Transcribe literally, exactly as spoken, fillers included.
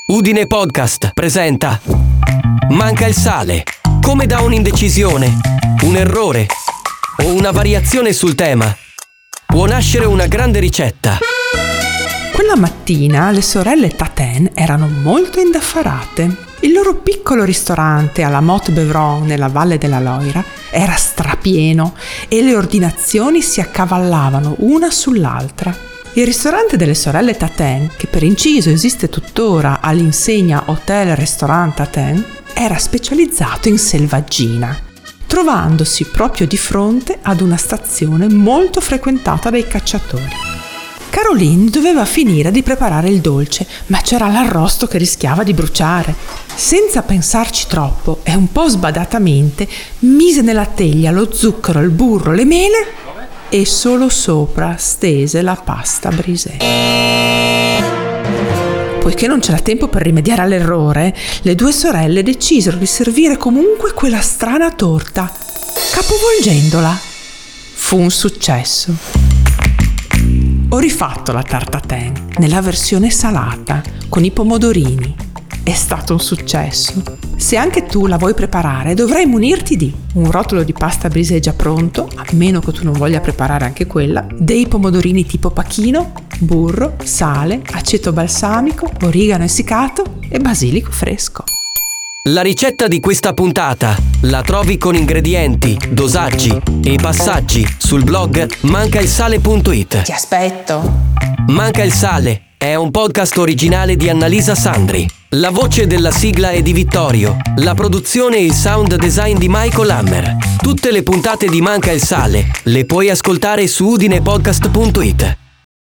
Udine Podcast presenta Manca il sale. Come da un'indecisione, un errore o una variazione sul tema può nascere una grande ricetta. Quella mattina le sorelle Tatin erano molto indaffarate. Il loro piccolo ristorante alla Motte Beuvron nella Valle della Loira era strapieno e le ordinazioni si accavallavano una sull'altra. Il ristorante delle sorelle Tatin, che per inciso esiste tuttora all'insegna Hotel Restaurant Tatin, era specializzato in selvaggina, trovandosi proprio di fronte ad una stazione molto frequentata dai cacciatori. Caroline doveva finire di preparare il dolce, ma c'era l'arrosto che rischiava di bruciare. Senza pensarci troppo e un po' sbadatamente, mise nella teglia lo zucchero, il burro, le mele e solo sopra stese la pasta brisée. Poiché non c'era tempo per rimediare all'errore, le due sorelle decisero di servire comunque quella strana torta, capovolgendola. Fu un successo. Ho rifatto la tarte tatin nella versione salata, con i pomodorini. È stato un successo. Se anche tu la vuoi preparare, dovrai munirti di un rotolo di pasta brisée già pronto, a meno che tu non voglia preparare anche quella, dei pomodorini tipo pachino, burro, sale, aceto balsamico, origano essiccato e basilico fresco. La ricetta di questa puntata la trovi con ingredienti, dosaggi e passaggi sul blog manca il sale punto it. Ti aspetto! Manca il sale è un podcast originale di Annalisa Sandri. La voce della sigla è di Vittorio, la produzione e il sound design di Michael Hammer. Tutte le puntate di Manca il sale le puoi ascoltare su udine podcast punto it.